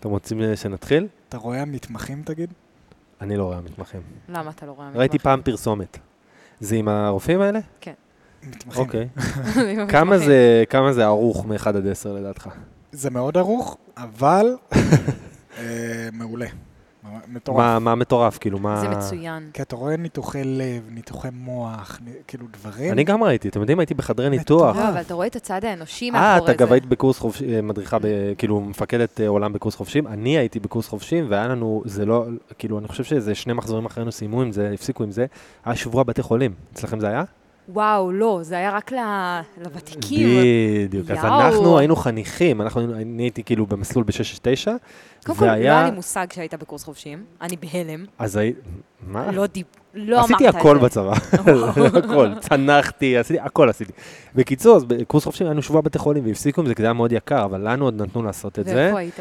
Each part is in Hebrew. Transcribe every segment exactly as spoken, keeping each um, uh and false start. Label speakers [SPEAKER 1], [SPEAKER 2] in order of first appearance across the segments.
[SPEAKER 1] אתם רוצים שנתחיל?
[SPEAKER 2] אתה רואה המתמחים, תגיד?
[SPEAKER 1] אני לא רואה המתמחים.
[SPEAKER 3] למה אתה לא רואה המתמחים?
[SPEAKER 1] ראיתי פעם פרסומת. זה עם הרופאים האלה?
[SPEAKER 3] כן.
[SPEAKER 2] מתמחים.
[SPEAKER 1] אוקיי. כמה זה, כמה זה ארוך מ-אחד עד עשר לדעתך?
[SPEAKER 2] זה מאוד ארוך, אבל אה, מעולה. מטורף.
[SPEAKER 1] מה, מה מטורף? כאילו, מה...
[SPEAKER 3] זה מצוין.
[SPEAKER 2] כי אתה רואה ניתוחי לב, ניתוחי מוח, נ- כאילו דברים.
[SPEAKER 1] אני גם ראיתי, אתם יודעים, הייתי בחדרי ניתוח.
[SPEAKER 3] לא, אבל אתה רואה את הצד האנושי
[SPEAKER 1] אה,
[SPEAKER 3] מאחורי
[SPEAKER 1] אתה
[SPEAKER 3] זה.
[SPEAKER 1] גם היית בקורס חופשי, מדריכה, ב- כאילו, מפקדת אה, עולם בקורס חופשים. אני הייתי בקורס חופשים, והיה לנו, זה לא, כאילו, אני חושב שזה שני מחזורים אחרינו סיימו עם זה, הפסיקו עם זה. היה שבוע בתי חולים. אצלכם זה היה?
[SPEAKER 3] וואו, לא, זה היה רק ל- לוותיקים.
[SPEAKER 1] בדיוק. אז
[SPEAKER 3] יאו.
[SPEAKER 1] אנחנו היינו חניכים, אנחנו, היינו- אני הייתי כאילו במסלול ב-שש שש תשע,
[SPEAKER 3] קודם כל, לא
[SPEAKER 1] והיה...
[SPEAKER 3] היה לי מושג שהיית בקורס חופשיים. אני בהלם.
[SPEAKER 1] אז היית... מה?
[SPEAKER 3] לא דיב... לא אמרת את
[SPEAKER 1] עשיתי
[SPEAKER 3] זה.
[SPEAKER 1] הכל בצבא, הכל, צנחתי, עשיתי, הכל עשיתי. בקיצור, אז בקורס חופשים היינו שבוע בתי חולים, והפסיקו עם זה, כי זה היה מאוד יקר, אבל לנו עוד נתנו לעשות את זה.
[SPEAKER 3] ואיפה היית?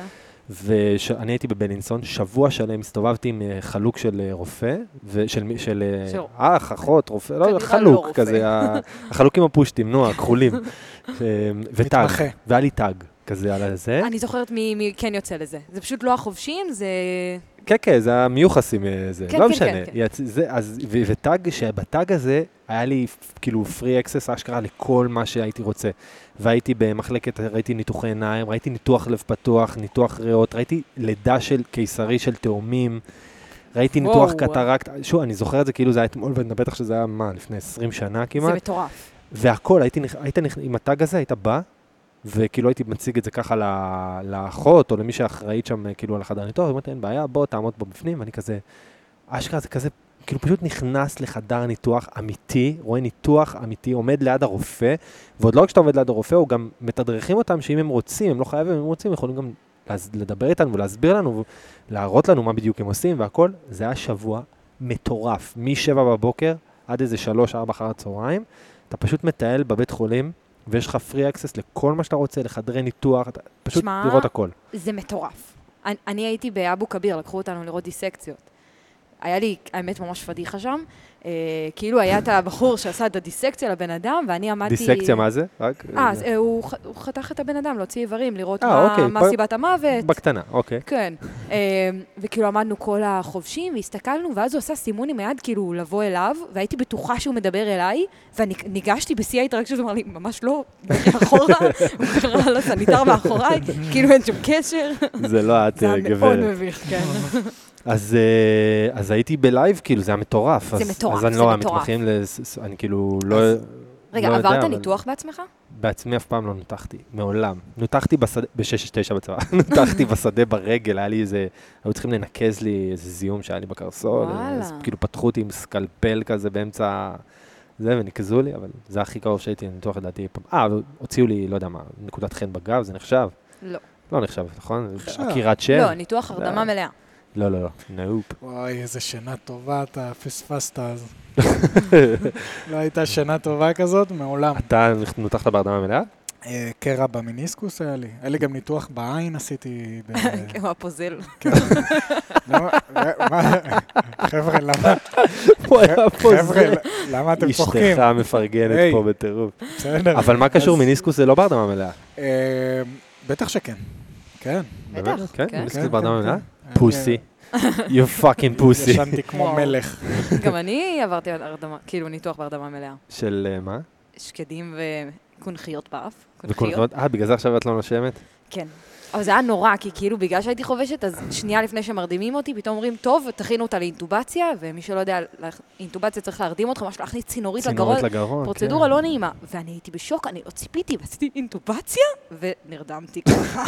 [SPEAKER 1] ואני הייתי בבלינסון, שבוע שלם הסתובבתי עם אה, חלוק של אה, רופא, ושל מי- של אה,
[SPEAKER 3] של-
[SPEAKER 1] אח, אחות, רופא, לא,
[SPEAKER 3] כנראה
[SPEAKER 1] חלוק
[SPEAKER 3] לא רופא.
[SPEAKER 1] כזה, ה- החלוקים הפושטים, נו, הכחולים. אה, וטאג,
[SPEAKER 2] מתמחה.
[SPEAKER 1] והיה לי טאג כזה על זה.
[SPEAKER 3] אני זוכרת מי מי כן יוצא לזה. זה פשוט לא החובשים, זה...
[SPEAKER 1] כן, כן, זה המיוחסים, אה, זה,
[SPEAKER 3] כן,
[SPEAKER 1] לא
[SPEAKER 3] כן,
[SPEAKER 1] משנה.
[SPEAKER 3] כן, כן.
[SPEAKER 1] יצ... זה, אז, ו- וטאג, שבטאג הזה היה לי כאילו פרי אקסס אשכרה לכל מה שהייתי רוצה. והייתי במחלקת, ראיתי ניתוחי עיניים, ראיתי ניתוח לב פתוח, ניתוח ריאות, ראיתי לידה של קיסרי של תאומים, ראיתי ניתוח
[SPEAKER 3] וואו.
[SPEAKER 1] קטרקט, שוב, אני זוכר את זה כאילו זה היה אתמול, ואני בטח שזה היה מה, לפני עשרים שנה
[SPEAKER 3] זה
[SPEAKER 1] כמעט.
[SPEAKER 3] מטורף.
[SPEAKER 1] והכל, הייתי, נכ- היית נכ... עם הטאג הזה, היית בא, וכאילו הייתי מציג את זה ככה ל- לאחות, או למי שאחראית שם, כאילו, על החדר ניתוח, ואומרת, אין בעיה, בוא, תעמוד פה בפנים, ואני כזה, אשכרה, זה כזה, כאילו, פשוט נכנס לחדר ניתוח אמיתי, רואה ניתוח אמיתי, עומד ליד הרופא, ועוד לא רק שאתה עומד ליד הרופא, הוא גם מתדרכים אותם שאם הם רוצים, הם לא חייבים, אם הם רוצים, הם יכולים גם להס- לדבר איתנו ולהסביר לנו, ולהראות לנו מה בדיוק הם עושים, והכל, זה היה שבוע מטורף, משבע בבוקר עד איזה שלוש, ארבע אחר הצהריים, אתה פשוט מטייל בבית חולים, ויש לך פרי אקסס לכל מה שאתה רוצה, לחדרי ניתוח, אתה פשוט
[SPEAKER 3] שמע,
[SPEAKER 1] לראות הכל.
[SPEAKER 3] זה מטורף. אני, אני הייתי באבו כביר, לקחו אותנו לראות דיסקציות. היה לי, האמת, ממש פדיחה שם. אה, כאילו היה את הבחור שעשה את הדיסקציה לבן אדם, ואני עמדתי...
[SPEAKER 1] דיסקציה מה זה? רק...
[SPEAKER 3] אה, אז, אה, הוא, ח- הוא חתך את הבן אדם, להוציא איברים, לראות
[SPEAKER 1] אה,
[SPEAKER 3] מה,
[SPEAKER 1] אוקיי,
[SPEAKER 3] מה
[SPEAKER 1] ב-
[SPEAKER 3] סיבת המוות.
[SPEAKER 1] בקטנה, אוקיי.
[SPEAKER 3] כן. אה, וכאילו עמדנו כל החובשים, והסתכלנו, ואז הוא עשה סימון עם היד, כאילו, לבוא אליו, והייתי בטוחה שהוא מדבר אליי, ואני ניגשתי בשיא ההתרגשות, הוא אמר לי, ממש לא, מאחורה, הוא קרא לסניטר מאחוריי, כאילו אין שום קשר.
[SPEAKER 1] זה לא את,
[SPEAKER 3] זה
[SPEAKER 1] אה,
[SPEAKER 3] היה מאוד
[SPEAKER 1] גברת.
[SPEAKER 3] מביך, כן.
[SPEAKER 1] אז, אה, אז הייתי בלייב, כאילו, זה היה מטורף.
[SPEAKER 3] זה
[SPEAKER 1] אז-
[SPEAKER 3] מטורף,
[SPEAKER 1] אז אני
[SPEAKER 3] זה
[SPEAKER 1] לא
[SPEAKER 3] מטורף.
[SPEAKER 1] המתמחים, לס- ס- אני כאילו לא...
[SPEAKER 2] אז-
[SPEAKER 3] רגע,
[SPEAKER 1] לא יודע,
[SPEAKER 3] עברת
[SPEAKER 1] אבל
[SPEAKER 3] ניתוח בעצמך?
[SPEAKER 1] בעצמי אף פעם לא נותחתי, מעולם. נותחתי בשדה, ב-שש שש תשע בצבא, נותחתי בשדה ברגל, היה לי איזה, היו צריכים לנקז לי איזה זיהום שהיה לי בקרסול,
[SPEAKER 3] וואלה.
[SPEAKER 1] אז כאילו פתחו אותי עם סקלפל כזה באמצע זה, ונקזו לי, אבל זה הכי קרוב שהייתי לניתוח לדעתי אי פעם. אה, הוציאו לי, לא יודע מה, נקודת חן בגב, זה נחשב?
[SPEAKER 3] לא.
[SPEAKER 1] לא נחשב, נכון?
[SPEAKER 2] נחשב.
[SPEAKER 1] עקירת שם?
[SPEAKER 3] לא, ניתוח הרדמה מלאה.
[SPEAKER 1] לא, לא, לא, נאופ.
[SPEAKER 2] וואי, איזה שינה טובה, אתה פספסת אז. לא הייתה שינה טובה כזאת, מעולם.
[SPEAKER 1] אתה נותחת בהרדמה מלאה?
[SPEAKER 2] אה, קרע במיניסקוס היה לי. היה לי גם ניתוח בעין עשיתי. ב-
[SPEAKER 3] כמו הפוזל.
[SPEAKER 2] כן. למה- מה- חבר'ה, למה?
[SPEAKER 1] הוא היה פה
[SPEAKER 2] חבר'ה,
[SPEAKER 1] זה.
[SPEAKER 2] למה אתם צוחקים?
[SPEAKER 1] אשתך מפרגנת
[SPEAKER 2] היי.
[SPEAKER 1] פה בטירוף.
[SPEAKER 2] בסדר.
[SPEAKER 1] אבל מה קשור?
[SPEAKER 2] אז-
[SPEAKER 1] מיניסקוס זה לא בהרדמה מלאה.
[SPEAKER 2] אה, בטח שכן. כן.
[SPEAKER 3] בטח,
[SPEAKER 1] באמת? כן,
[SPEAKER 3] כן.
[SPEAKER 1] מיניסקוס
[SPEAKER 2] כן,
[SPEAKER 1] בהרדמה
[SPEAKER 2] כן,
[SPEAKER 1] מלאה?
[SPEAKER 2] כן.
[SPEAKER 1] פוסי. You fucking pussy.
[SPEAKER 2] ישנתי כמו
[SPEAKER 3] וואו.
[SPEAKER 2] מלך.
[SPEAKER 3] גם אני עברתי הרדמה, כאילו ניתוח בהרדמה מלאה.
[SPEAKER 1] של אה, מה?
[SPEAKER 3] שקדים וקונכיות באף.
[SPEAKER 1] וקונכיות? אה, בגלל זה עכשיו את לא נושמת?
[SPEAKER 3] כן. אבל זה היה נורא, כי כאילו בגלל שהייתי חובשת, אז שנייה לפני שמרדימים אותי, פתאום אומרים, טוב, תכינו אותה לאינטובציה, ומי שלא יודע, אינטובציה צריך להרדים אותך, ממש להכניס צינורית לגרון.
[SPEAKER 1] צינורית לגרון,
[SPEAKER 3] פרוצדורה
[SPEAKER 1] כן.
[SPEAKER 3] לא נעימה. ואני הייתי בשוק, אני לא ציפיתי, ועשיתי אינטובציה, ונרדמתי ככה.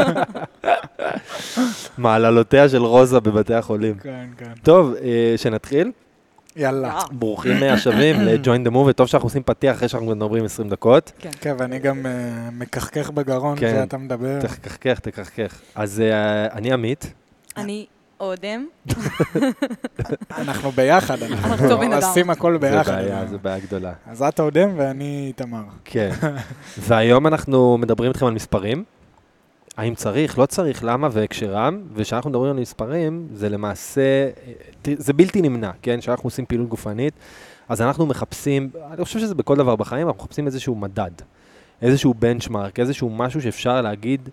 [SPEAKER 1] מעללותיה של רוזה בבתי החולים.
[SPEAKER 2] כן, כן.
[SPEAKER 1] טוב, אה, שנתחיל.
[SPEAKER 2] יאללה.
[SPEAKER 1] ברוכים השבים ל-Join the Move, וטוב שאנחנו עושים פתיח אחרי שאנחנו מדברים עשרים דקות.
[SPEAKER 2] כן, ואני גם אה, מקחקח בגרון
[SPEAKER 1] כן.
[SPEAKER 2] כשאתה מדבר.
[SPEAKER 1] תקחקח, תקחקח. אז אה, אני עמית.
[SPEAKER 3] אני אודם.
[SPEAKER 2] אנחנו ביחד,
[SPEAKER 3] אנחנו
[SPEAKER 2] אנחנו
[SPEAKER 3] אותו בן אדם.
[SPEAKER 2] עושים הכל
[SPEAKER 1] זה
[SPEAKER 2] ביחד.
[SPEAKER 1] בעיה, זה בעיה גדולה.
[SPEAKER 2] אז את אודם ואני איתמר.
[SPEAKER 1] כן. והיום אנחנו מדברים איתכם על מספרים. האם צריך, לא צריך, למה והקשרם, ושאנחנו מדברים על מספרים, זה למעשה, זה בלתי נמנע, כן? שאנחנו עושים פעילות גופנית, אז אנחנו מחפשים, אני חושב שזה בכל דבר בחיים, אנחנו מחפשים איזשהו מדד, איזשהו בנצ'מרק, איזשהו משהו שאפשר להגיד,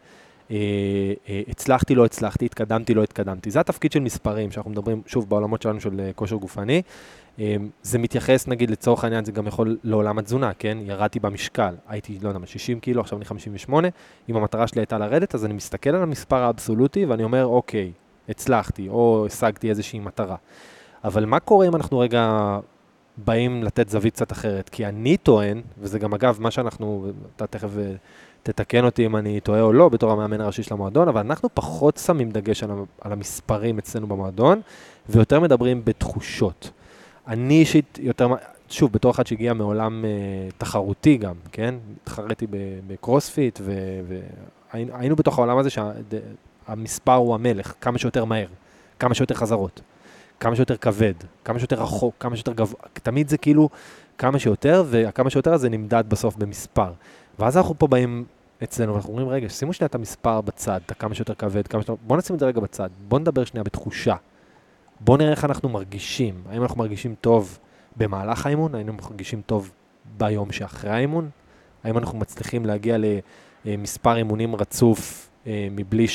[SPEAKER 1] אה, אה, הצלחתי, לא הצלחתי, התקדמתי, לא התקדמתי. זה התפקיד של מספרים, שאנחנו מדברים, שוב, בעולמות שלנו של אה, כושר גופני. אה, זה מתייחס, נגיד, לצורך העניין, זה גם יכול לעולם התזונה, כן? ירדתי במשקל, הייתי, לא יודע, שישים קילו, עכשיו אני חמישים ושמונה, אם המטרה שלי הייתה לרדת, אז אני מסתכל על המספר האבסולוטי, ואני אומר, אוקיי, הצלחתי, או השגתי איזושהי מטרה. אבל מה קורה אם אנחנו רגע באים לתת זווית קצת אחרת? כי אני טוען, וזה גם אגב מה שאנחנו, אתה תכף תתקן אותי אם אני טועה או לא, בתור המאמן הראשי של המועדון, אבל אנחנו פחות שמים דגש על, על המספרים אצלנו במועדון, ויותר מדברים בתחושות. אני אישית יותר, שוב, בתור אחד שהגיע מעולם אה, תחרותי גם, כן? התחרתי בקרוספיט, והיינו בתוך העולם הזה שהמספר הוא המלך, כמה שיותר מהר, כמה שיותר חזרות. כמה שיותר כבד, כמה שיותר רחוק, כמה שיותר גבוה, תמיד זה כאילו כמה שיותר, וכמה שיותר הזה נמדד בסוף במספר. ואז אנחנו פה באים אצלנו, ואנחנו אומרים, רגע, שימו שנייה את המספר בצד, את כמה שיותר כבד, כמה שיותר... בוא נשים את זה רגע בצד, בוא נדבר שנייה בתחושה. בוא נראה איך אנחנו מרגישים. האם אנחנו מרגישים טוב במהלך האימון? האם אנחנו מרגישים טוב ביום שאחרי האימון? האם אנחנו מצליחים להגיע למספר אימונים רצוף מבלי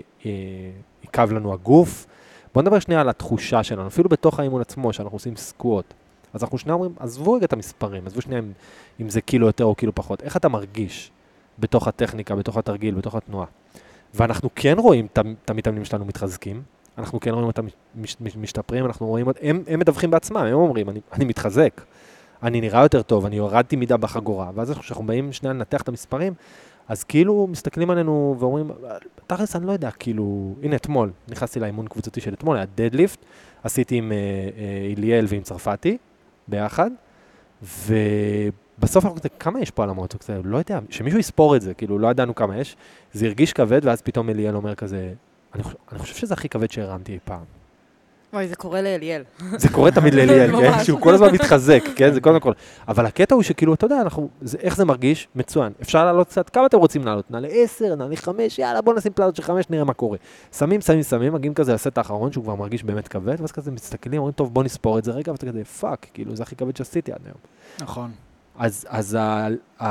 [SPEAKER 1] שיקב לנו הגוף? בוא נדבר שנייה על התחושה שלנו, אפילו בתוך האימון עצמו, שאנחנו עושים סקווט. אז אנחנו שנייה אומרים, עזבו רגע את המספרים, עזבו שנייה אם, אם זה קילו יותר או קילו פחות. איך אתה מרגיש בתוך הטכניקה, בתוך התרגיל, בתוך התנועה? ואנחנו כן רואים את המתאמנים שלנו מתחזקים, אנחנו כן רואים אותם מש, מש, משתפרים, אנחנו רואים, הם, הם מדווחים בעצמם, הם אומרים, אני, אני מתחזק, אני נראה יותר טוב, אני הורדתי מידה בחגורה, ואז כשאנחנו באים שנייה לנתח את המספרים, אז כאילו מסתכלים עלינו ואומרים, תכלס אני לא יודע, כאילו, הנה אתמול, נכנסתי לאימון קבוצתי של אתמול, היה דדליפט, עשיתי עם איליאל ועם צרפתי, ביחד, ובסוף אנחנו יודעים, כמה יש פה על המוטו? לא יודע, שמישהו יספור את זה, כאילו, לא ידענו כמה יש, זה הרגיש כבד, ואז פתאום איליאל אומר כזה, אני חושב, אני חושב שזה הכי כבד שהרמתי אי פעם.
[SPEAKER 3] אוי, זה קורה לאליאל.
[SPEAKER 1] זה קורה תמיד לאליאל, כן? שהוא כל הזמן מתחזק, כן? זה קודם כל. אבל הקטע הוא שכאילו, אתה יודע, אנחנו, זה, איך זה מרגיש? מצוין. אפשר לעלות קצת, כמה אתם רוצים לעלות? נעלה עשר, נעלה חמש, יאללה, בוא נשים פלטות של חמש, נראה מה קורה. שמים, שמים, שמים, מגיעים כזה לסט האחרון, שהוא כבר מרגיש באמת כבד, ואז כזה מסתכלים, אומרים, טוב, בוא נספור את זה רגע, ואתה כזה, פאק, כאילו, זה הכי כבד שעשיתי עד היום.
[SPEAKER 2] נכון.
[SPEAKER 1] אז, אז ה,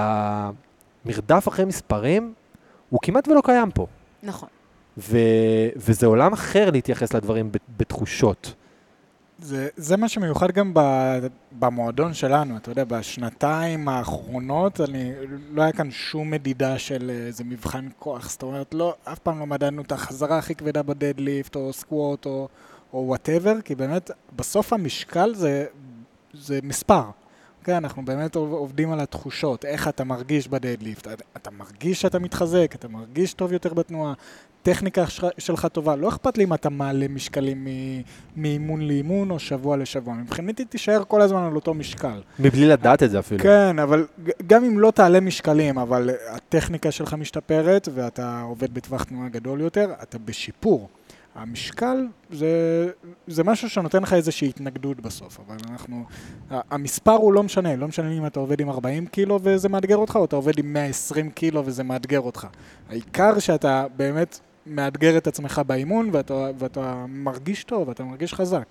[SPEAKER 1] המרדף אחרי מספרים, הוא כמעט ולא קיים פה.
[SPEAKER 3] נכון.
[SPEAKER 1] ו, וזה עולם אחר להתייחס לדברים בתחושות.
[SPEAKER 2] זה, זה מה שמיוחד גם ב, במועדון שלנו, אתה יודע, בשנתיים האחרונות, אני, לא היה כאן שום מדידה של איזה מבחן כוח, זאת אומרת, לא, אף פעם לא מדדנו את החזרה הכי כבדה בדדליפט, או סקווט, או, או whatever, כי באמת, בסוף המשקל זה, זה מספר. כן, אנחנו באמת עובדים על התחושות, איך אתה מרגיש בדדליפט, אתה מרגיש שאתה מתחזק, אתה מרגיש טוב יותר בתנועה, טכניקה שלך טובה, לא אכפת לי אם אתה מעלה משקלים מאימון לאימון או שבוע לשבוע, מבחינתי תישאר כל הזמן על אותו משקל.
[SPEAKER 1] מבלי לדעת את זה אפילו.
[SPEAKER 2] כן, אבל גם אם לא תעלה משקלים, אבל הטכניקה שלך משתפרת ואתה עובד בטווח תנועה גדול יותר, אתה בשיפור. המשקל זה, זה משהו שנותן לך איזושהי התנגדות בסוף, אבל אנחנו, המספר הוא לא משנה, לא משנה אם אתה עובד עם ארבעים קילו וזה מאתגר אותך, או אתה עובד עם מאה ועשרים קילו וזה מאתגר אותך. העיקר שאתה באמת מאתגר את עצמך באימון, ואתה, ואתה מרגיש טוב, ואתה מרגיש חזק.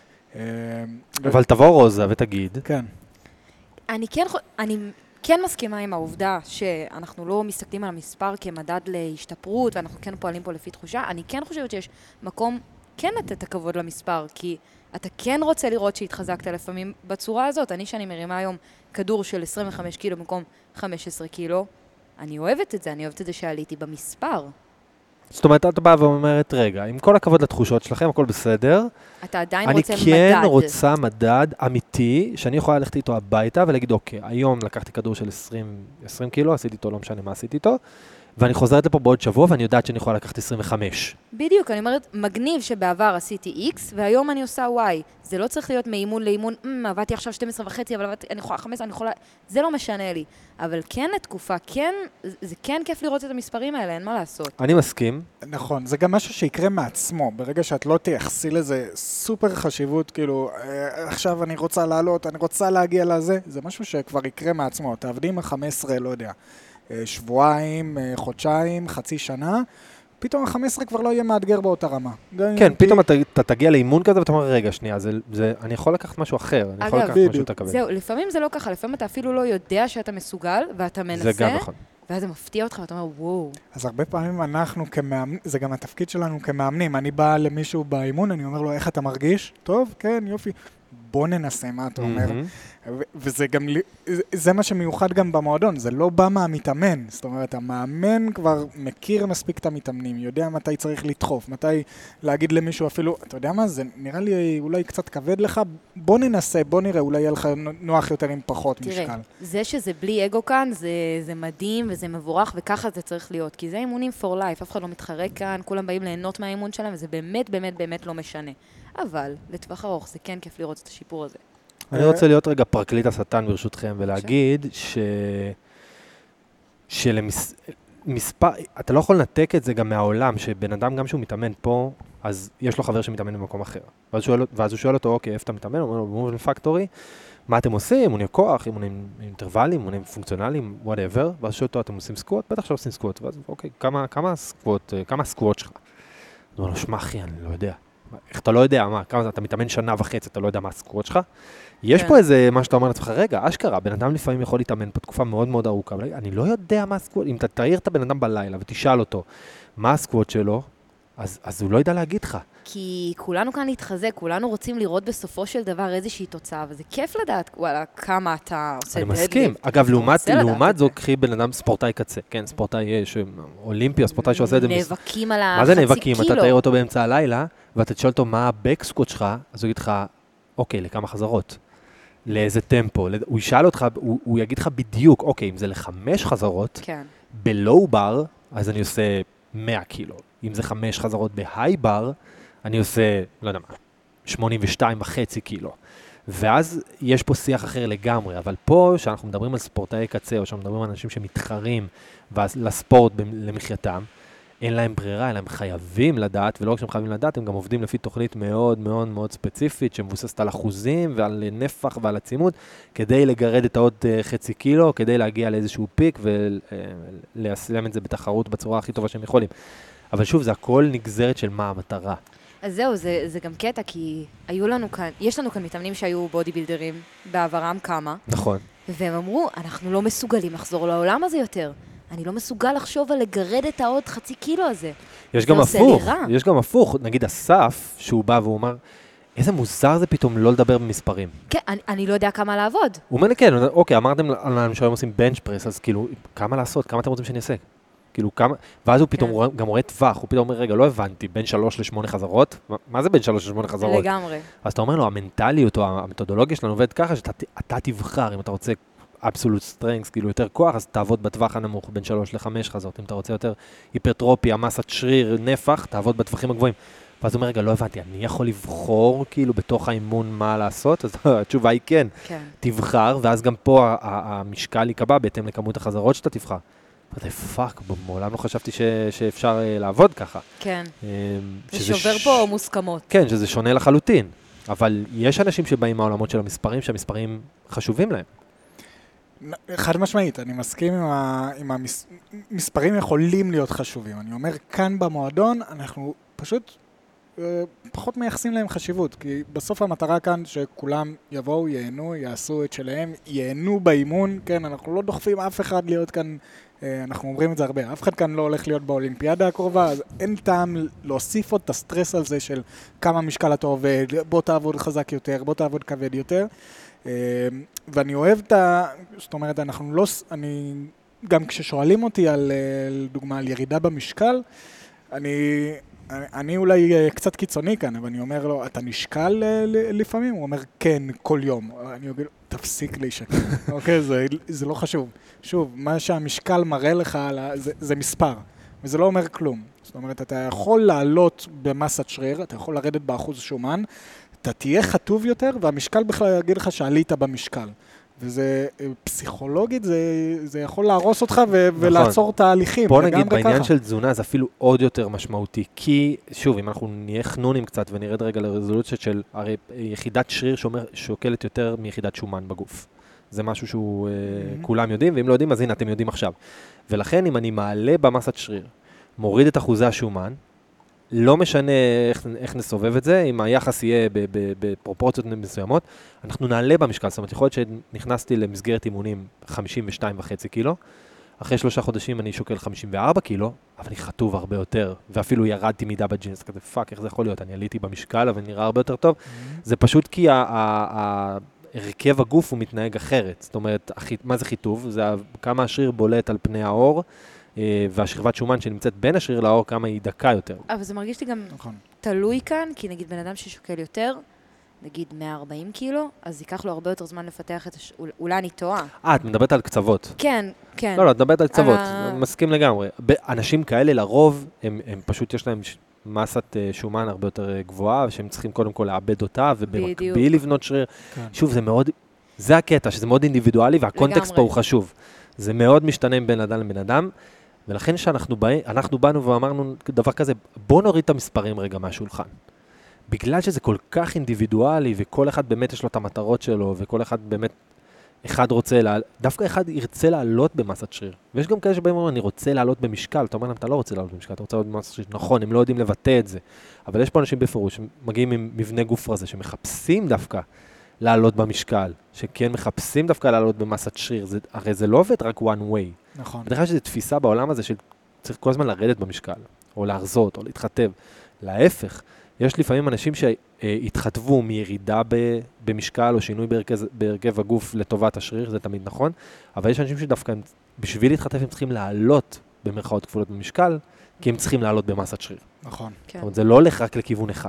[SPEAKER 1] אבל תבוא רוזה ותגיד.
[SPEAKER 2] כן.
[SPEAKER 3] אני כן, אני כן מסכימה עם העובדה שאנחנו לא מסתכלים על המספר כמדד להשתפרות, ואנחנו כן פועלים פה לפי תחושה. אני כן חושבת שיש מקום כן לתת את הכבוד למספר, כי אתה כן רוצה לראות שהתחזקת לפעמים בצורה הזאת. אני שאני מרימה היום כדור של עשרים וחמש קילו במקום חמש עשרה קילו, אני אוהבת את זה, אני אוהבת את זה שעליתי במספר.
[SPEAKER 1] זאת אומרת, את באה ואומרת, רגע, עם כל הכבוד לתחושות שלכם, הכל בסדר.
[SPEAKER 3] אתה עדיין רוצה מדד.
[SPEAKER 1] אני כן רוצה מדד אמיתי, שאני יכולה ללכת איתו הביתה ולהגיד, אוקיי, היום לקחתי כדור של עשרים קילו, עשיתי איתו, לא משנה מה עשיתי איתו, ואני חוזרת לפה בעוד שבוע, ואני יודעת שאני יכולה לקחת עשרים וחמש.
[SPEAKER 3] בדיוק, אני אומרת, מגניב שבעבר עשיתי X, והיום אני עושה Y. זה לא צריך להיות מאימון לאימון, עבדתי עכשיו שתים עשרה וחצי, אבל אני יכולה חמש עשרה, אני יכולה... זה לא משנה לי. אבל כן לתקופה, כן, זה כן כיף לראות את המספרים האלה, אין מה לעשות.
[SPEAKER 1] אני מסכים.
[SPEAKER 2] נכון, זה גם משהו שיקרה מעצמו, ברגע שאת לא תייחסי לזה סופר חשיבות, כאילו, עכשיו אני רוצה לעלות, אני רוצה להגיע לזה, זה משהו שכבר יקרה מעצמו. תעבדים ה-חמש עשרה, לא יודע. שבועיים, חודשיים, חצי שנה, פתאום ה-חמש עשרה כבר לא יהיה מאתגר באותה רמה.
[SPEAKER 1] כן, פתאום אתה תגיע לאימון כזה ואתה אומר, רגע, שנייה, אני יכול לקחת משהו אחר, אני יכול לקחת משהו יותר כבד.
[SPEAKER 3] זהו, לפעמים זה לא ככה, לפעמים אתה אפילו לא יודע שאתה מסוגל, ואתה מנסה, ואז זה מפתיע אותך, ואתה אומר, וואו.
[SPEAKER 2] אז הרבה פעמים אנחנו כמאמנים, זה גם התפקיד שלנו כמאמנים, אני בא למישהו באימון, אני אומר לו, איך אתה מרגיש? טוב, כן, יופי. בוא ננסה מה אתה אומר. ו- וזה גם, זה מה שמיוחד גם במועדון, זה לא בא מהמתאמן. זאת אומרת, המאמן כבר מכיר מספיק את המתאמנים, יודע מתי צריך לדחוף, מתי להגיד למישהו אפילו, אתה יודע מה, זה נראה לי אולי קצת כבד לך, בוא ננסה, בוא נראה, אולי יהיה לך נוח יותר עם פחות
[SPEAKER 3] תראה,
[SPEAKER 2] משקל.
[SPEAKER 3] זה שזה בלי אגו כאן, זה, זה מדהים וזה מבורך, וככה זה צריך להיות, כי זה אימונים for life, אף אחד לא מתחרק כאן, כולם באים ליהנות מהאימון שלהם, וזה באמת, באמת, באמת לא משנה. אבל, לטווח ארוך, זה כן כיף לראות את השיפור הזה.
[SPEAKER 1] אני רוצה להיות רגע פרקליט השטן ברשותכם, ולהגיד ש... שלמספר... אתה לא יכול לנתק את זה גם מהעולם, שבן אדם גם שהוא מתאמן פה, אז יש לו חבר שמתאמן במקום אחר. ואז, שואל, ואז הוא שואל אותו, אוקיי, איפה אתה מתאמן? הוא אומר לו, במובן פקטורי, מה אתם עושים? אימוני כוח, אימונים אינטרוולים, אימונים פונקציונליים, whatever. ואז שואל אותו, אתם עושים סקווט? בטח שעושים סקווט. ואז, אוקיי, כמה, כמה סקווט, כמה סקווט שלך? הוא אומר לו, שמע אחי, אני לא יודע. איך אתה לא יודע, מה, כמה, אתה מתאמן שנה וחצי, אתה לא יודע מה הסקווט שלך? יש פה איזה, מה שאתה אומר לעצמך, רגע, אשכרה, בן אדם לפעמים יכול להתאמן פה תקופה מאוד מאוד ארוכה, אבל אני לא יודע מה הסקווט, אם אתה תעיר את הבן אדם בלילה ותשאל אותו מה הסקווט שלו, אז, אז הוא לא ידע להגיד לך.
[SPEAKER 3] כי כולנו כאן להתחזק, כולנו רוצים לראות בסופו של דבר איזושהי תוצאה, וזה כיף לדעת, וואלה, כמה אתה עושה דדליפט.
[SPEAKER 1] אני מסכים. אגב, לעומת, לעומת זו, קחי בן אדם ספורטאי קצה, כן, ספורטאי אולימפי או ספורטאי שעושה את זה.
[SPEAKER 3] נאבקים על
[SPEAKER 1] מה זה
[SPEAKER 3] החצי
[SPEAKER 1] נאבקים?
[SPEAKER 3] קילו.
[SPEAKER 1] אתה תעיר אותו באמצע הלילה, ואתה תשאל אותו מה הבק סקווט שלך, אז הוא יגיד לך, אוקיי, לכמה חזרות? לאיזה טמפו? הוא ישאל אותך, הוא, הוא יגיד לך בדיוק, אוקיי, אם זה לחמש חזרות,
[SPEAKER 3] כן.
[SPEAKER 1] בלואו בר, אז אני עושה מאה קילו. אם זה חמש חזרות בהיי בר, אני עושה, לא יודע מה, שמונים ושתיים וחצי קילו. ואז יש פה שיח אחר לגמרי, אבל פה, שאנחנו מדברים על ספורטאי קצה, או שאנחנו מדברים על אנשים שמתחרים לספורט למחייתם, אין להם ברירה, אלא הם חייבים לדעת, ולא רק שהם חייבים לדעת, הם גם עובדים לפי תוכנית מאוד מאוד מאוד ספציפית, שמבוססת על אחוזים ועל נפח ועל עצימות, כדי לגרד את העוד חצי קילו, כדי להגיע לאיזשהו פיק ולסיים את זה בתחרות בצורה הכי טובה שהם יכולים. אבל שוב, זה הכל נגזרת של מה המטרה.
[SPEAKER 3] אז זהו, זה, זה גם קטע, כי היו לנו כאן, יש לנו כאן מתאמנים שהיו בודי בילדרים, בעברם כמה.
[SPEAKER 1] נכון.
[SPEAKER 3] והם אמרו, אנחנו לא מסוגלים לחזור לעולם הזה יותר. אני לא מסוגל לחשוב על לגרד את העוד חצי קילו הזה.
[SPEAKER 1] יש גם הפוך, יש גם הפוך. נגיד אסף, שהוא בא והוא אומר, איזה מוזר זה פתאום לא לדבר במספרים.
[SPEAKER 3] כן, אני, אני לא יודע כמה לעבוד. הוא
[SPEAKER 1] אומר לי, כן, אוקיי, אמרתם לנו שהיום עושים בנץ' פרס, אז כאילו, כמה לעשות? כמה אתם רוצים שאני אעשה? כאילו, כמה... ואז הוא פתאום גם רואה טווח, הוא פתאום אומר, רגע, לא הבנתי, בין שלוש לשמונה חזרות? מה זה בין שלוש לשמונה חזרות?
[SPEAKER 3] לגמרי.
[SPEAKER 1] אז אתה אומר לו, המנטליות או המתודולוגיה שלנו עובד ככה, שאתה תבחר, אם אתה רוצה absolute strength, כאילו יותר כוח, אז תעבוד בטווח הנמוך, בין שלוש לחמש חזרות. אם אתה רוצה יותר היפרטרופיה, מסת שריר, נפח, תעבוד בטווחים הגבוהים. ואז הוא אומר, רגע, לא הבנתי, אני יכול לבחור כאילו בתוך האימון מה לעשות? אז התשובה היא כן.
[SPEAKER 3] כן.
[SPEAKER 1] תבחר, ואז גם פה המשקל יקבע בהתאם לכמות החזרות שאתה תבחר. אמרתי, פאק, מעולם לא חשבתי שאפשר לעבוד ככה.
[SPEAKER 3] כן. זה שובר פה מוסכמות.
[SPEAKER 1] כן, שזה שונה לחלוטין. אבל יש אנשים שבאים מהעולמות של המספרים, שהמספרים חשובים להם.
[SPEAKER 2] חד משמעית, אני מסכים עם, ה, עם המספרים יכולים להיות חשובים. אני אומר, כאן במועדון אנחנו פשוט אה, פחות מייחסים להם חשיבות, כי בסוף המטרה כאן שכולם יבואו, ייהנו, יעשו את שלהם, ייהנו באימון, כן, אנחנו לא דוחפים אף אחד להיות כאן, אה, אנחנו אומרים את זה הרבה, אף אחד כאן לא הולך להיות באולימפיאדה הקרובה, אז אין טעם להוסיף עוד את הסטרס על זה של כמה משקל אתה עובד, בוא תעבוד חזק יותר, בוא תעבוד כבד יותר, ואני אוהב את ה... זאת אומרת, אנחנו לא... אני... גם כששואלים אותי על, לדוגמה, על ירידה במשקל, אני... אני אולי קצת קיצוני כאן, אבל אני אומר לו, אתה נשקל לפעמים? הוא אומר, כן, כל יום. אני אומר, תפסיק להישקל. אוקיי, זה, זה לא חשוב. שוב, מה שהמשקל מראה לך, זה, זה מספר, וזה לא אומר כלום. זאת אומרת, אתה יכול לעלות במסת שריר, אתה יכול לרדת באחוז שומן, אתה תהיה חטוב יותר, והמשקל בכלל יגיד לך שעלית במשקל. וזה, פסיכולוגית, זה, זה יכול להרוס אותך ו- נכון. ולעצור תהליכים.
[SPEAKER 1] בוא נגיד, בעניין ככה. של תזונה זה אפילו עוד יותר משמעותי, כי, שוב, אם אנחנו נהיה חנונים קצת ונרד רגע לרזולוציה של, הרי יחידת שריר שומר, שוקלת יותר מיחידת שומן בגוף. זה משהו שהוא mm-hmm. כולם יודעים, ואם לא יודעים, אז הנה, אתם יודעים עכשיו. ולכן, אם אני מעלה במסת שריר, מוריד את אחוזי השומן, לא משנה איך, איך נסובב את זה, אם היחס יהיה בפרופורציות מסוימות, אנחנו נעלה במשקל. זאת אומרת, יכול להיות שנכנסתי למסגרת אימונים חמישים ושתיים וחצי קילו, אחרי שלושה חודשים אני שוקל חמישים וארבע קילו, אבל אני חטוב הרבה יותר, ואפילו ירדתי מידה בג'ינס, כזה פאק, איך זה יכול להיות? אני עליתי במשקל, אבל נראה הרבה יותר טוב. זה פשוט כי הרכב הגוף הוא מתנהג אחרת. זאת אומרת, מה זה חיטוב? זה כמה השריר בולט על פני האור, והשכבת שומן שנמצאת בין השריר לאור, כמה היא דקה יותר.
[SPEAKER 3] אבל זה מרגיש לי גם תלוי כאן, כי נגיד בן אדם ששוקל יותר, נגיד מאה וארבעים קילו, אז ייקח לו הרבה יותר זמן לפתח את הש... אולי אני טועה.
[SPEAKER 1] אה, את מדברת על קצוות.
[SPEAKER 3] כן, כן.
[SPEAKER 1] לא, לא, את מדברת על קצוות, מסכים לגמרי. אנשים כאלה לרוב, הם, הם פשוט יש להם מסת שומן הרבה יותר גבוהה, שהם צריכים קודם כל לאבד אותה, ובמקביל לבנות שריר. שוב, זה מאוד, זה הקטע, שזה מאוד אינדיבידואלי, והקונטקסט פה הוא חשוב. זה מאוד משתנה בין אדם לבן אדם, ולכן שאנחנו בא, אנחנו באנו ואמרנו דבר כזה, בוא נוריד את המספרים רגע מהשולחן. בגלל שזה כל כך אינדיבידואלי, וכל אחד באמת יש לו את המטרות שלו, וכל אחד באמת, אחד רוצה, לה, דווקא אחד ירצה לעלות במסת שריר. ויש גם כאלה שבאים ואומרים, אני רוצה לעלות במשקל, אתה אומר להם, אתה לא רוצה לעלות במשקל, אתה רוצה לעלות במסת שריר. נכון, הם לא יודעים לבטא את זה. אבל יש פה אנשים בפירוש, שמגיעים עם מבנה גוף רזה, שמחפשים דווקא לעלות במשקל, שכן מחפשים דווקא לעלות במסת שריר. זה, הרי זה לא עובד רק one way.
[SPEAKER 2] נכון.
[SPEAKER 1] בדרך כלל שזו תפיסה בעולם הזה, שצריך כל הזמן לרדת במשקל, או להרזות, או להתחתב. להפך, יש לפעמים אנשים שהתחתבו מירידה במשקל או שינוי בהרכב הגוף לטובת השריר, זה תמיד נכון, אבל יש אנשים שדווקא בשביל להתחתב הם צריכים לעלות במרכאות כפולות במשקל, כי הם צריכים לעלות במסת שריר.
[SPEAKER 2] נכון.
[SPEAKER 1] זאת אומרת, זה לא הולך רק לכיוון אחד.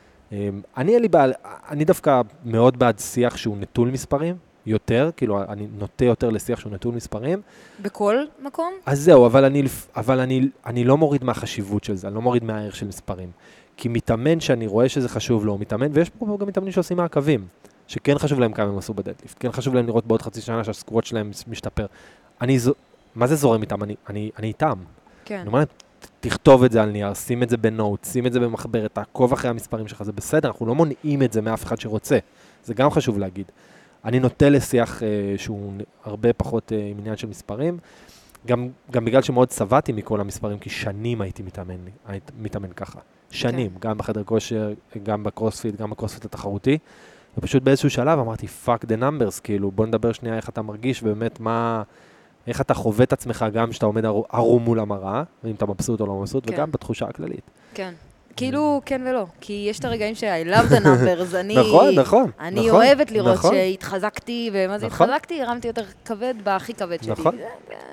[SPEAKER 1] אני, אני דווקא מאוד בעד שיח שהוא נטול מספרים, יותר, כאילו אני נוטה יותר לשיח שהוא נטול מספרים.
[SPEAKER 3] בכל מקום?
[SPEAKER 1] אז זהו, אבל אני, אבל אני, אני לא מוריד מהחשיבות של זה, אני לא מוריד מהערך של מספרים. כי מתאמן שאני רואה שזה חשוב לו, מתאמן, ויש פה גם מתאמנים שעושים מעקבים, שכן חשוב להם כמה הם עשו בדדליפט, כן חשוב להם לראות בעוד חצי שנה שהסקוואט שלהם משתפר. אני, מה זה זורם איתם? אני, אני, אני איתם.
[SPEAKER 3] כן.
[SPEAKER 1] אני אומר, תכתוב את זה על נייר, שים את זה בנוט, שים את זה במחברת, תעקוב אחרי המספרים שלך, זה בסדר, אנחנו לא מונעים את זה מאף אחד שרוצה. זה גם חשוב להגיד. אני נוטה לשיח אה, שהוא הרבה פחות אה, עם עניין של מספרים, גם, גם בגלל שמאוד צבעתי מכל המספרים, כי שנים הייתי מתאמן, הייתי מתאמן ככה. שנים, okay. גם בחדר כושר, גם בקרוספיט, גם בקרוספיט התחרותי. ופשוט באיזשהו שלב אמרתי, fuck the numbers, כאילו, בוא נדבר שנייה איך אתה מרגיש, ובאמת מה, איך אתה חווה את עצמך גם שאתה עומד ערום מול המראה, ואם אתה מבסוט או לא מבסוט, okay. וגם בתחושה הכללית.
[SPEAKER 3] כן. כאילו, כן ולא. כי יש את הרגעים ש-I love the numbers, אני...
[SPEAKER 1] נכון, נכון.
[SPEAKER 3] אני
[SPEAKER 1] נכון,
[SPEAKER 3] אוהבת לראות
[SPEAKER 1] נכון.
[SPEAKER 3] שהתחזקתי, ומה זה
[SPEAKER 1] נכון.
[SPEAKER 3] התחזקתי, הרמתי יותר כבד בהכי כבד שלי.
[SPEAKER 1] נכון.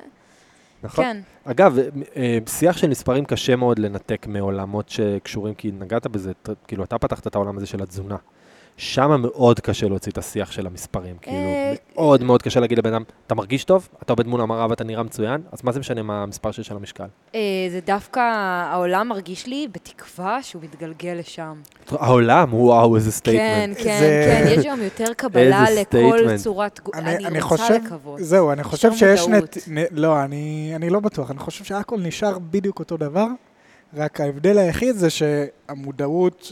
[SPEAKER 1] נכון.
[SPEAKER 3] כן.
[SPEAKER 1] אגב, שיח של מספרים קשה מאוד לנתק מעולמות שקשורים, כי נגעת בזה, כאילו אתה פתחת את העולם הזה של התזונה. שם מאוד קשה להוציא את השיח של המספרים, כאילו מאוד מאוד קשה להגיד לבן אדם, אתה מרגיש טוב? אתה עובד מול המראה ואתה נראה מצוין? אז מה זה משנה מה המספר של המשקל?
[SPEAKER 3] זה דווקא, העולם מרגיש לי בתקווה שהוא מתגלגל לשם.
[SPEAKER 1] העולם, וואו, איזה סטייטמנט.
[SPEAKER 3] כן, כן, כן, יש גם יותר קבלה לכל צורת, אני רוצה לקוות.
[SPEAKER 2] זהו, אני חושב שיש, לא, אני לא בטוח, אני חושב שהכל נשאר בדיוק אותו דבר, רק ההבדל היחיד זה שהמודעות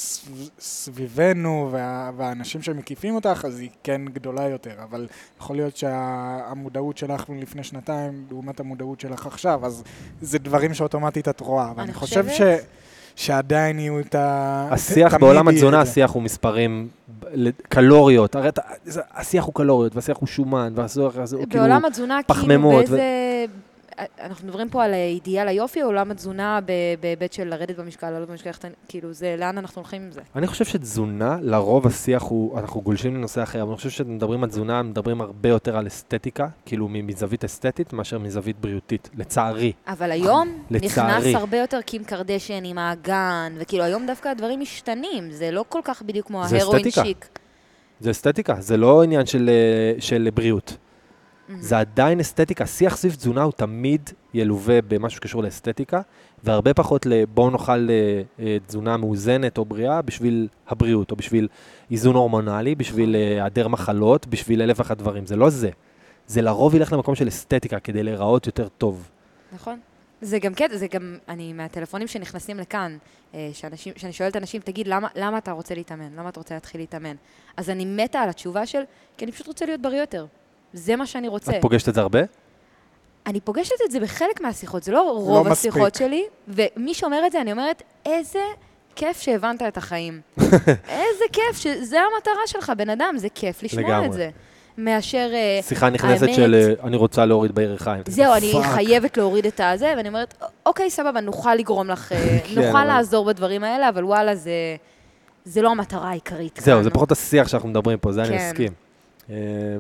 [SPEAKER 2] סביבנו וה, והאנשים שמקיפים אותך, אז היא כן גדולה יותר, אבל יכול להיות שהמודעות שלך לפני שנתיים, לעומת המודעות שלך עכשיו, אז זה דברים שאוטומטית את רואה, אבל אני חושב ש... שעדיין יהיו את ה...
[SPEAKER 1] השיח בעולם התזונה, השיח הוא מספרים, קלוריות, הרי השיח הוא קלוריות, והשיח הוא שומן, והשיח הוא כאילו
[SPEAKER 3] בעולם התזונה, כאילו באיזה... אנחנו מדברים פה על אידיאל היופי, או עולם התזונה בהיבט של לרדת במשקל, לעלות במשקל, כאילו זה, לאן אנחנו הולכים עם זה?
[SPEAKER 1] אני חושב שתזונה, לרוב השיח הוא, אנחנו גולשים לנושא אחר, אבל אני חושב שמדברים על תזונה, מדברים הרבה יותר על אסתטיקה, כאילו מזווית אסתטית, מאשר מזווית בריאותית, לצערי.
[SPEAKER 3] אבל היום נכנס הרבה יותר קים קרדשן עם האגן, וכאילו היום דווקא הדברים משתנים, זה לא כל כך בדיוק כמו ההרואין שיק.
[SPEAKER 1] זה אסתטיקה, זה לא עניין של, של בריאות. זה עדיין אסתטיקה, השיח סביב תזונה הוא תמיד ילווה במשהו שקשור לאסתטיקה, והרבה פחות בואו נאכל תזונה מאוזנת או בריאה בשביל הבריאות, או בשביל איזון הורמונלי, בשביל היעדר מחלות, בשביל אלף ואחת דברים. זה לא זה. זה לרוב ילך למקום של אסתטיקה כדי להיראות יותר טוב.
[SPEAKER 3] נכון. זה גם כן, זה גם, אני מהטלפונים שנכנסים לכאן, שאנשים, שאני שואלת אנשים, תגיד, למה, למה אתה רוצה להתאמן? למה אתה רוצה להתחיל להתאמן? אז אני מתה על התשובה של, כי אני פשוט רוצה להיות בריא יותר. זה מה שאני רוצה.
[SPEAKER 1] את פוגשת את זה הרבה?
[SPEAKER 3] אני פוגשת את זה בחלק מהשיחות, זה לא רוב השיחות שלי, ומי שאומר את זה, אני אומרת, איזה כיף שהבנת את החיים. איזה כיף, שזה המטרה שלך, בן אדם, זה כיף לשמוע את זה. מאשר... אה,
[SPEAKER 1] שיחה נכנסת
[SPEAKER 3] האמת-
[SPEAKER 1] של אה, אני רוצה להוריד בירכיים.
[SPEAKER 3] זהו, אני
[SPEAKER 2] פאק.
[SPEAKER 3] חייבת להוריד את הזה, ואני אומרת, אוקיי, סבבה, נוכל לגרום לך, אה,
[SPEAKER 1] כן,
[SPEAKER 3] נוכל
[SPEAKER 1] אבל-
[SPEAKER 3] לעזור בדברים האלה, אבל וואלה, זה... זה לא המטרה העיקרית.
[SPEAKER 1] זהו,
[SPEAKER 3] כאן,
[SPEAKER 1] זה
[SPEAKER 3] נו.
[SPEAKER 1] פחות השיח שאנחנו מדברים פה, זה אני
[SPEAKER 3] כן.
[SPEAKER 1] מסכים. אמ,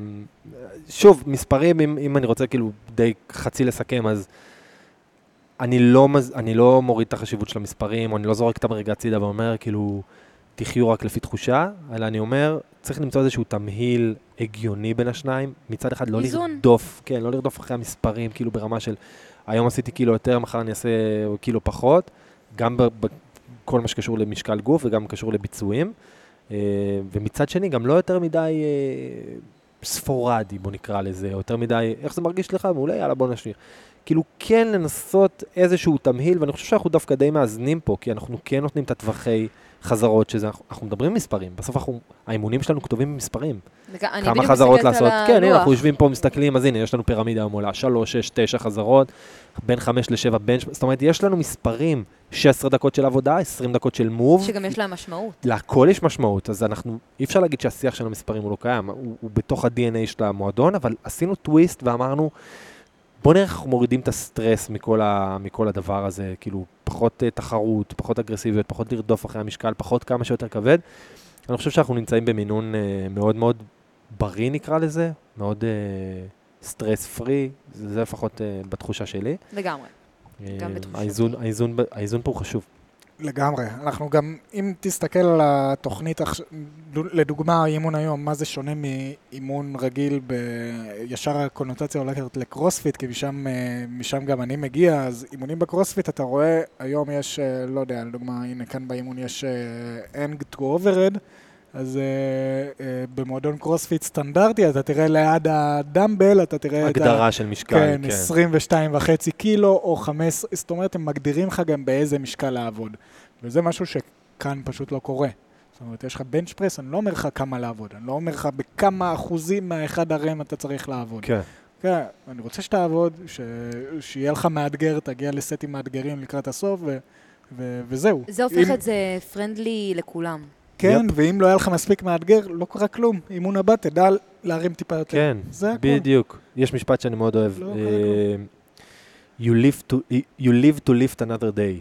[SPEAKER 1] שוב, מספרים, אם, אם אני רוצה כאילו די חצי לסכם, אז אני לא, מז- אני לא מוריד את החשיבות של המספרים, או אני לא זורק אותם רגע הצידה ואומר, כאילו, תחיו רק לפי תחושה, אלא אני אומר, צריך למצוא איזשהו תמהיל הגיוני בין השניים, מצד אחד לא
[SPEAKER 3] איזון.
[SPEAKER 1] לרדוף, כן, לא לרדוף אחרי המספרים, כאילו ברמה של, היום עשיתי קילו יותר, מחר אני אעשה קילו פחות, גם בכל מה שקשור למשקל גוף וגם קשור לביצועים, אה, ומצד שני, גם לא יותר מדי אה, ספורדי, בוא נקרא לזה, או יותר מדי, איך זה מרגיש לך? מעולה, יאללה, בוא נשאיר. כאילו כן לנסות איזשהו תמהיל, ואני חושב שאנחנו דווקא די מאזנים פה, כי אנחנו כן נותנים את הטווחי חזרות, שזה, אנחנו, אנחנו מדברים מספרים, בסוף אנחנו, האימונים שלנו כתובים במספרים.
[SPEAKER 3] וג- אני
[SPEAKER 1] כמה
[SPEAKER 3] בדיוק
[SPEAKER 1] חזרות
[SPEAKER 3] מסתכלת
[SPEAKER 1] לעשות,
[SPEAKER 3] על
[SPEAKER 1] כן, הנה,
[SPEAKER 3] הלוח.
[SPEAKER 1] אנחנו יושבים פה, מסתכלים, אז הנה, יש לנו פירמידה היום עולה, שלוש, שש, תשע חזרות, בין חמש לשבע בנץ', זאת אומרת, יש לנו מספרים, שש עשרה דקות של עבודה, עשרים דקות של מוב,
[SPEAKER 3] שגם יש להם משמעות.
[SPEAKER 1] להכל יש משמעות, אז אנחנו, אי אפשר להגיד שהשיח של המספרים הוא לא קיים, הוא, הוא בתוך ה-די אן איי של המועדון, אבל עשינו טוויסט ואמרנו, בוא נראה איך אנחנו מורידים את הסטרס מכל, ה, מכל הדבר הזה, כאילו, פחות uh, תחרות, פחות אגרסיביות, פחות לרדוף אחרי המשקל, פחות כמה שיותר כבד. אני חושב שאנחנו נמצאים במינון uh, מאוד מאוד בריא, נקרא לזה, מאוד uh, סטרס פרי, זה, זה לפחות uh, בתחושה שלי.
[SPEAKER 3] לגמרי. גם
[SPEAKER 1] Uh,
[SPEAKER 3] בתחושה
[SPEAKER 1] האיזון,
[SPEAKER 3] שלי.
[SPEAKER 1] האיזון, ב- האיזון פה הוא חשוב.
[SPEAKER 2] לגמרי. אנחנו גם, אם תסתכל על התוכנית, עכש- לדוגמה, האימון היום, מה זה שונה מאימון רגיל, ב... ישר הקונוטציה הולכת לקרוספיט, כי משם, אה, משם גם אני מגיע, אז אימונים בקרוספיט, אתה רואה, היום יש, אה, לא יודע, לדוגמה, הנה כאן באימון יש אה, end to overhead, אז אה, אה, במועדון קרוספיט סטנדרטי, אתה תראה ליד הדמבל, אתה תראה את ה...
[SPEAKER 1] הגדרה של משקל,
[SPEAKER 2] כן,
[SPEAKER 1] כן.
[SPEAKER 2] עשרים ושתיים וחצי קילו או חמש, זאת אומרת, הם מגדירים לך גם באיזה משקל לעבוד. וזה משהו שכאן פשוט לא קורה. זאת אומרת, יש לך בנץ' פרס, אני לא אומר לך כמה לעבוד, אני לא אומר לך בכמה אחוזים מהאחד הרם אתה צריך לעבוד.
[SPEAKER 1] כן.
[SPEAKER 2] כן, אני רוצה שתעבוד, ש... שיהיה לך מאתגר, תגיע לסטים מאתגרים לקראת הסוף, ו... ו... וזהו.
[SPEAKER 3] זה הופך
[SPEAKER 2] אם...
[SPEAKER 3] את זה פרנדלי לכולם.
[SPEAKER 2] כן,
[SPEAKER 1] יפ.
[SPEAKER 2] ואם לא היה לך מספיק מאתגר, לא קורה כלום. אימון הבא, תדע להרים טיפה יותר.
[SPEAKER 1] כן,
[SPEAKER 2] זה הכל.
[SPEAKER 1] בדיוק. יש משפט שאני מאוד אוהב.
[SPEAKER 2] לא,
[SPEAKER 1] אה, you live to you live to lift another day.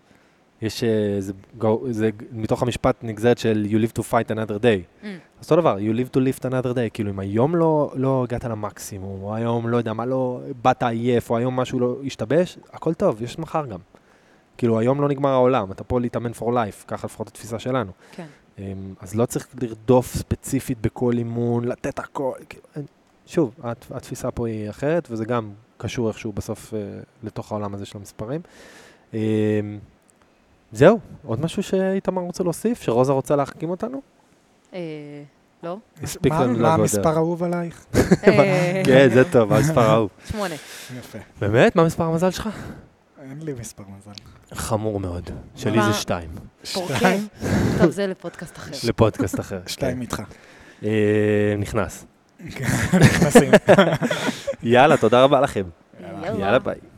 [SPEAKER 1] יש, אה, זה, גו- זה מתוך המשפט נגזרת של you live to fight another day.
[SPEAKER 3] Mm.
[SPEAKER 1] אז אותו דבר, you live to lift another day. כאילו, אם היום לא, לא הגעת למקסימום, או היום, לא יודע, מה לא, באת עייף, או היום משהו לא השתבש, הכל טוב, יש מחר גם. כאילו, היום לא נגמר העולם, אתה פה להתאמן for life, ככה לפחות התפיסה שלנו.
[SPEAKER 3] כן.
[SPEAKER 1] אמ, אז לא צריך לרדוף ספציפית בכל אימון, לתת הכל. כאילו, אין- שוב, הת- התפיסה פה היא אחרת, וזה גם קשור איכשהו בסוף אה, לתוך העולם הזה של המספרים. אמ, זהו, עוד משהו שאיתמר רוצה להוסיף? שרוזה רוצה להחכים אותנו?
[SPEAKER 3] אה, לא?
[SPEAKER 1] הספיק
[SPEAKER 2] מה-
[SPEAKER 1] לנו
[SPEAKER 2] מה
[SPEAKER 1] לעבוד.
[SPEAKER 2] המספר האהוב עלייך?
[SPEAKER 3] אה,
[SPEAKER 1] כן, זה טוב, המספר ההוא.
[SPEAKER 3] שמונה.
[SPEAKER 2] יפה.
[SPEAKER 1] באמת? מה מספר המזל שלך?
[SPEAKER 2] אין לי מספר מזל.
[SPEAKER 1] חמור מאוד. שלי
[SPEAKER 3] מה?
[SPEAKER 1] זה שתיים.
[SPEAKER 3] פורקה.
[SPEAKER 2] שתיים?
[SPEAKER 3] טוב, זה לפודקאסט אחר.
[SPEAKER 1] לפודקאסט אחר.
[SPEAKER 2] שתיים
[SPEAKER 1] כן.
[SPEAKER 2] איתך.
[SPEAKER 1] אה, נכנס.
[SPEAKER 2] נכנסים.
[SPEAKER 1] יאללה, תודה רבה לכם.
[SPEAKER 3] יאללה.
[SPEAKER 1] יאללה, ביי.